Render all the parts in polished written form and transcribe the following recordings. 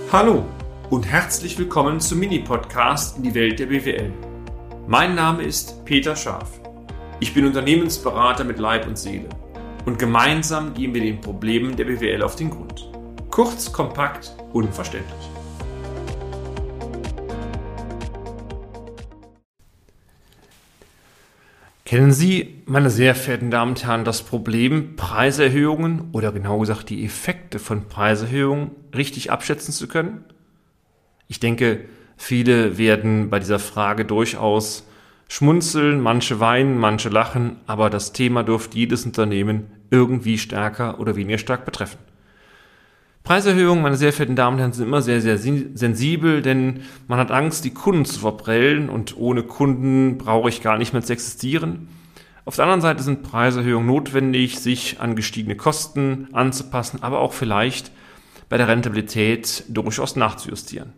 Hallo und herzlich willkommen zum Mini-Podcast in die Welt der BWL. Mein Name ist Peter Scharf. Ich bin Unternehmensberater mit Leib und Seele und gemeinsam gehen wir den Problemen der BWL auf den Grund. Kurz, kompakt, unverständlich. Kennen Sie, meine sehr verehrten Damen und Herren, das Problem, Preiserhöhungen oder genau gesagt die Effekte von Preiserhöhungen richtig abschätzen zu können? Ich denke, viele werden bei dieser Frage durchaus schmunzeln, manche weinen, manche lachen, aber das Thema dürfte jedes Unternehmen irgendwie stärker oder weniger stark betreffen. Preiserhöhungen, meine sehr verehrten Damen und Herren, sind immer sehr, sehr sensibel, denn man hat Angst, die Kunden zu verprellen und ohne Kunden brauche ich gar nicht mehr zu existieren. Auf der anderen Seite sind Preiserhöhungen notwendig, sich an gestiegene Kosten anzupassen, aber auch vielleicht bei der Rentabilität durchaus nachzujustieren.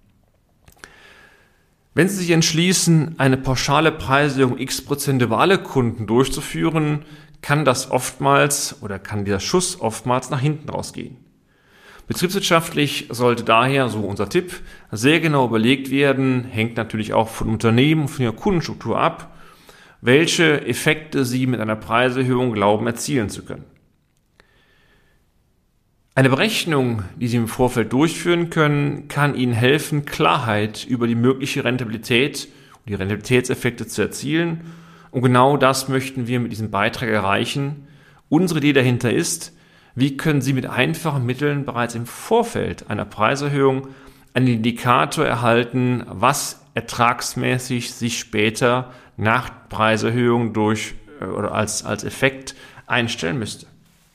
Wenn Sie sich entschließen, eine pauschale Preiserhöhung x% über alle Kunden durchzuführen, kann dieser Schuss oftmals nach hinten rausgehen. Betriebswirtschaftlich sollte daher, so unser Tipp, sehr genau überlegt werden, hängt natürlich auch von Unternehmen und von ihrer Kundenstruktur ab, welche Effekte Sie mit einer Preiserhöhung glauben erzielen zu können. Eine Berechnung, die Sie im Vorfeld durchführen können, kann Ihnen helfen, Klarheit über die mögliche Rentabilität und die Rentabilitätseffekte zu erzielen. Und genau das möchten wir mit diesem Beitrag erreichen. Unsere Idee dahinter ist, wie können Sie mit einfachen Mitteln bereits im Vorfeld einer Preiserhöhung einen Indikator erhalten, was ertragsmäßig sich später nach Preiserhöhung als Effekt einstellen müsste.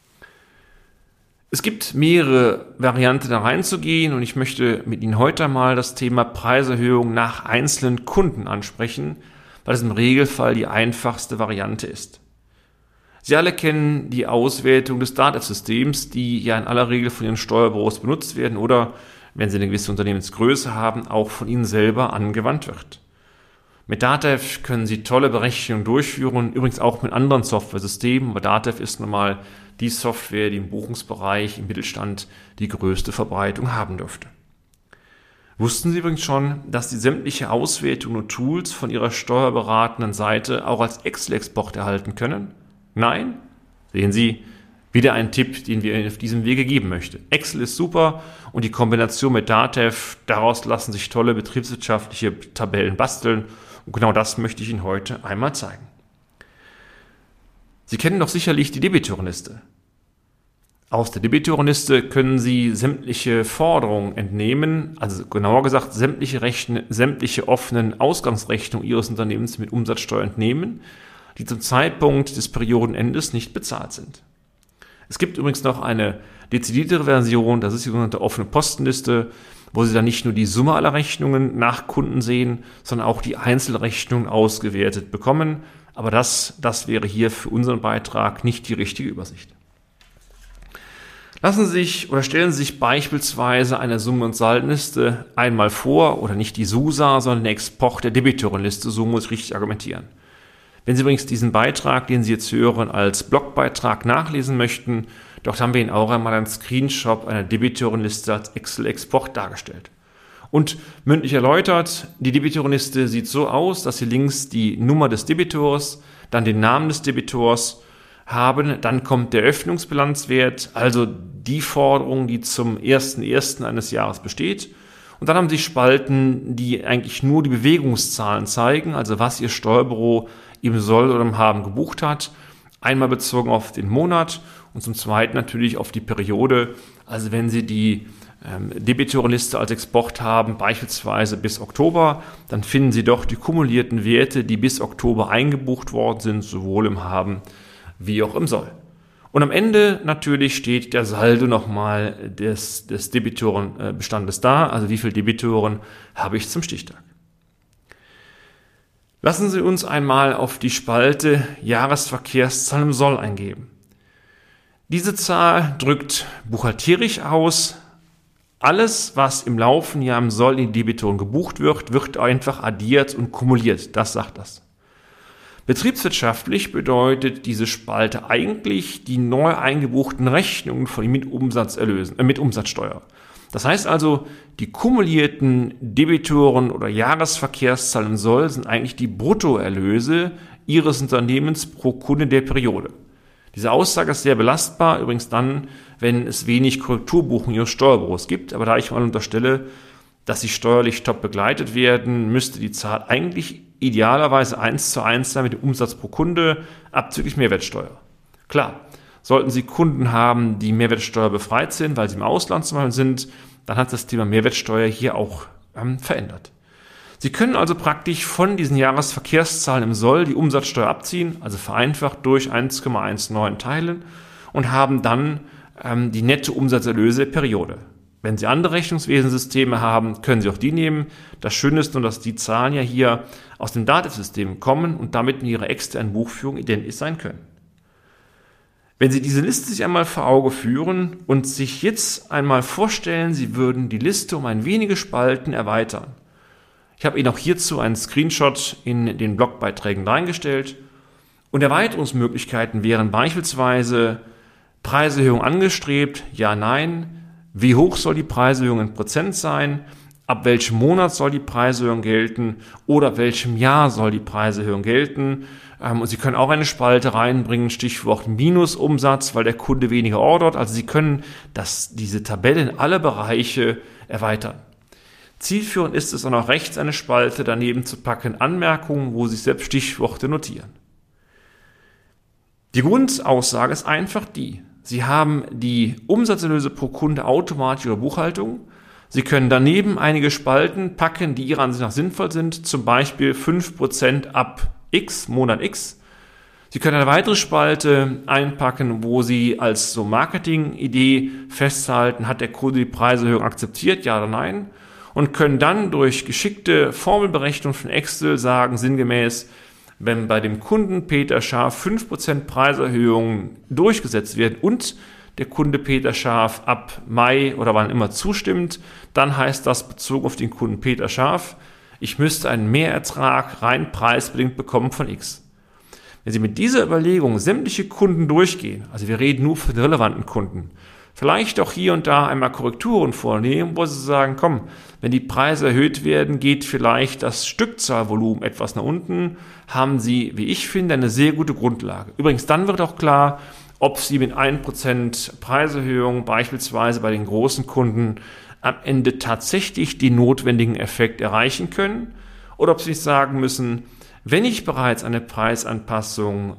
Es gibt mehrere Varianten da reinzugehen und ich möchte mit Ihnen heute mal das Thema Preiserhöhung nach einzelnen Kunden ansprechen, weil es im Regelfall die einfachste Variante ist. Sie alle kennen die Auswertung des DATEV-Systems, die ja in aller Regel von Ihren Steuerbüros benutzt werden oder, wenn Sie eine gewisse Unternehmensgröße haben, auch von Ihnen selber angewandt wird. Mit DATEV können Sie tolle Berechnungen durchführen, übrigens auch mit anderen Software-Systemen, aber DATEV ist nun mal die Software, die im Buchungsbereich, im Mittelstand die größte Verbreitung haben dürfte. Wussten Sie übrigens schon, dass Sie sämtliche Auswertungen und Tools von Ihrer steuerberatenden Seite auch als Excel-Export erhalten können? Nein? Sehen Sie, wieder ein Tipp, den wir Ihnen auf diesem Wege geben möchten. Excel ist super und die Kombination mit DATEV, daraus lassen sich tolle betriebswirtschaftliche Tabellen basteln und genau das möchte ich Ihnen heute einmal zeigen. Sie kennen doch sicherlich die Debitorenliste. Aus der Debitorenliste können Sie sämtliche Forderungen entnehmen, also genauer gesagt sämtliche offenen Ausgangsrechnungen Ihres Unternehmens mit Umsatzsteuer entnehmen, die zum Zeitpunkt des Periodenendes nicht bezahlt sind. Es gibt übrigens noch eine dezidiertere Version, das ist die sogenannte offene Postenliste, wo Sie dann nicht nur die Summe aller Rechnungen nach Kunden sehen, sondern auch die Einzelrechnungen ausgewertet bekommen. Aber das wäre hier für unseren Beitrag nicht die richtige Übersicht. Stellen Sie sich beispielsweise eine Summe- und Saldenliste einmal vor, oder nicht die SUSA, sondern den Export der Debitorenliste, so muss ich richtig argumentieren. Wenn Sie übrigens diesen Beitrag, den Sie jetzt hören, als Blogbeitrag nachlesen möchten, dort haben wir Ihnen auch einmal einen Screenshot einer Debitorenliste als Excel-Export dargestellt. Und mündlich erläutert, die Debitorenliste sieht so aus, dass Sie links die Nummer des Debitors, dann den Namen des Debitors haben, dann kommt der Öffnungsbilanzwert, also die Forderung, die zum 1.1. eines Jahres besteht. Und dann haben Sie Spalten, die eigentlich nur die Bewegungszahlen zeigen, also was Ihr Steuerbüro im Soll oder im Haben gebucht hat. Einmal bezogen auf den Monat und zum Zweiten natürlich auf die Periode. Also wenn Sie die Debitorenliste als Export haben, beispielsweise bis Oktober, dann finden Sie doch die kumulierten Werte, die bis Oktober eingebucht worden sind, sowohl im Haben wie auch im Soll. Und am Ende natürlich steht der Saldo nochmal des Debitorenbestandes da, also wie viele Debitoren habe ich zum Stichtag. Lassen Sie uns einmal auf die Spalte Jahresverkehrszahlen im Soll eingeben. Diese Zahl drückt buchhalterisch aus, alles, was im laufenden Jahr im Soll in die Debitoren gebucht wird, wird einfach addiert und kumuliert. Das sagt das. Betriebswirtschaftlich bedeutet diese Spalte eigentlich die neu eingebuchten Rechnungen von mit Umsatzsteuer. Das heißt also, die kumulierten Debitoren oder Jahresverkehrszahlen im Soll sind eigentlich die Bruttoerlöse Ihres Unternehmens pro Kunde der Periode. Diese Aussage ist sehr belastbar, übrigens dann, wenn es wenig Korrekturbuchungen Ihres Steuerbüros gibt. Aber da ich mal unterstelle, dass Sie steuerlich top begleitet werden, müsste die Zahl eigentlich idealerweise 1:1 sein mit dem Umsatz pro Kunde abzüglich Mehrwertsteuer. Klar, sollten Sie Kunden haben, die mehrwertsteuerbefreit sind, weil sie im Ausland zum Beispiel sind, dann hat das Thema Mehrwertsteuer hier auch verändert. Sie können also praktisch von diesen Jahresverkehrszahlen im Soll die Umsatzsteuer abziehen, also vereinfacht durch 1,19 teilen und haben dann die netto Umsatzerlöse der Periode. Wenn Sie andere Rechnungswesensysteme haben, können Sie auch die nehmen. Das Schöne ist nur, dass die Zahlen ja hier aus dem Dativ-System kommen und damit in Ihrer externen Buchführung identisch sein können. Wenn Sie diese Liste sich einmal vor Auge führen und sich jetzt einmal vorstellen, Sie würden die Liste um ein wenige Spalten erweitern. Ich habe Ihnen auch hierzu einen Screenshot in den Blogbeiträgen reingestellt. Und Erweiterungsmöglichkeiten wären beispielsweise Preiserhöhung angestrebt, ja, nein. Wie hoch soll die Preiserhöhung in Prozent sein? Ab welchem Monat soll die Preiserhöhung gelten? Oder ab welchem Jahr soll die Preiserhöhung gelten? Und Sie können auch eine Spalte reinbringen, Stichwort Minusumsatz, weil der Kunde weniger ordert. Also Sie können diese Tabelle in alle Bereiche erweitern. Zielführend ist es auch noch rechts eine Spalte daneben zu packen, Anmerkungen, wo Sie selbst Stichworte notieren. Die Grundaussage ist einfach die: Sie haben die Umsatzerlöse pro Kunde automatisch in Ihrer Buchhaltung. Sie können daneben einige Spalten packen, die Ihrer Ansicht nach sinnvoll sind, zum Beispiel 5% ab X, Monat X. Sie können eine weitere Spalte einpacken, wo Sie als so Marketing-Idee festhalten, hat der Kunde die Preiserhöhung akzeptiert, ja oder nein, und können dann durch geschickte Formelberechnung von Excel sagen, sinngemäß, wenn bei dem Kunden Peter Scharf 5% Preiserhöhung durchgesetzt werden und der Kunde Peter Scharf ab Mai oder wann immer zustimmt, dann heißt das bezogen auf den Kunden Peter Scharf, ich müsste einen Mehrertrag rein preisbedingt bekommen von X. Wenn Sie mit dieser Überlegung sämtliche Kunden durchgehen, also wir reden nur von den relevanten Kunden, vielleicht auch hier und da einmal Korrekturen vornehmen, wo Sie sagen, komm, wenn die Preise erhöht werden, geht vielleicht das Stückzahlvolumen etwas nach unten, haben Sie, wie ich finde, eine sehr gute Grundlage. Übrigens, dann wird auch klar, ob Sie mit 1% Preiserhöhung beispielsweise bei den großen Kunden am Ende tatsächlich den notwendigen Effekt erreichen können oder ob Sie nicht sagen müssen, wenn ich bereits eine Preisanpassung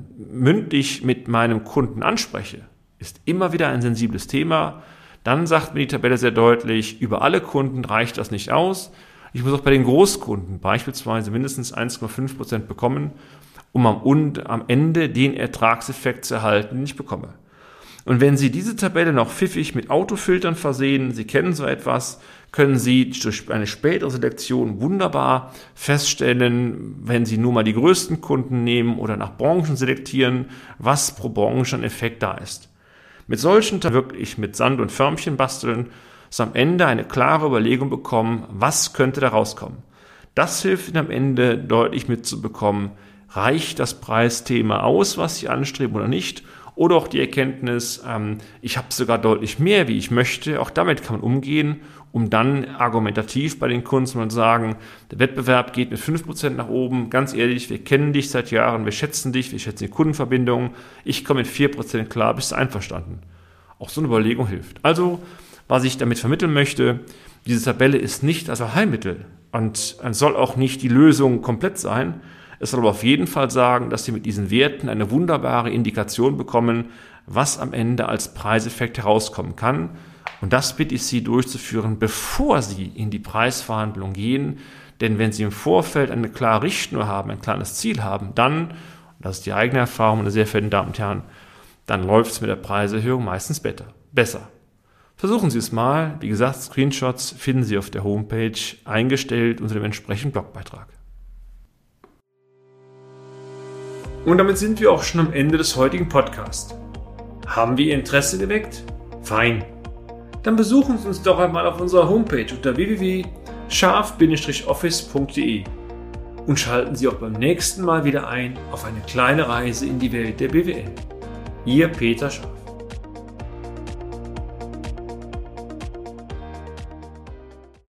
mündlich mit meinem Kunden anspreche, ist immer wieder ein sensibles Thema, dann sagt mir die Tabelle sehr deutlich, über alle Kunden reicht das nicht aus. Ich muss auch bei den Großkunden beispielsweise mindestens 1,5% bekommen, um am Ende den Ertragseffekt zu erhalten, den ich bekomme. Und wenn Sie diese Tabelle noch pfiffig mit Autofiltern versehen, Sie kennen so etwas, können Sie durch eine spätere Selektion wunderbar feststellen, wenn Sie nur mal die größten Kunden nehmen oder nach Branchen selektieren, was pro Branche ein Effekt da ist. Mit solchen wirklich mit Sand und Förmchen basteln, ist am Ende eine klare Überlegung bekommen, was könnte da rauskommen. Das hilft Ihnen am Ende deutlich mitzubekommen, reicht das Preisthema aus, was Sie anstreben oder nicht, oder auch die Erkenntnis, ich habe sogar deutlich mehr, wie ich möchte, auch damit kann man umgehen, um dann argumentativ bei den Kunden zu sagen, der Wettbewerb geht mit 5% nach oben, ganz ehrlich, wir kennen dich seit Jahren, wir schätzen dich, wir schätzen die Kundenverbindung, ich komme mit 4% klar, bist du einverstanden? Auch so eine Überlegung hilft. Also, was ich damit vermitteln möchte, diese Tabelle ist nicht das Allheilmittel und soll auch nicht die Lösung komplett sein. Es soll aber auf jeden Fall sagen, dass Sie mit diesen Werten eine wunderbare Indikation bekommen, was am Ende als Preiseffekt herauskommen kann. Und das bitte ich Sie durchzuführen, bevor Sie in die Preisverhandlung gehen. Denn wenn Sie im Vorfeld eine klare Richtschnur haben, ein klares Ziel haben, dann, und das ist die eigene Erfahrung, meine sehr verehrten Damen und Herren, dann läuft es mit der Preiserhöhung meistens besser. Versuchen Sie es mal. Wie gesagt, Screenshots finden Sie auf der Homepage eingestellt unter dem entsprechenden Blogbeitrag. Und damit sind wir auch schon am Ende des heutigen Podcasts. Haben wir Ihr Interesse geweckt? Fein. Dann besuchen Sie uns doch einmal auf unserer Homepage unter www.scharf-office.de. und schalten Sie auch beim nächsten Mal wieder ein auf eine kleine Reise in die Welt der BWL. Ihr Peter Scharf.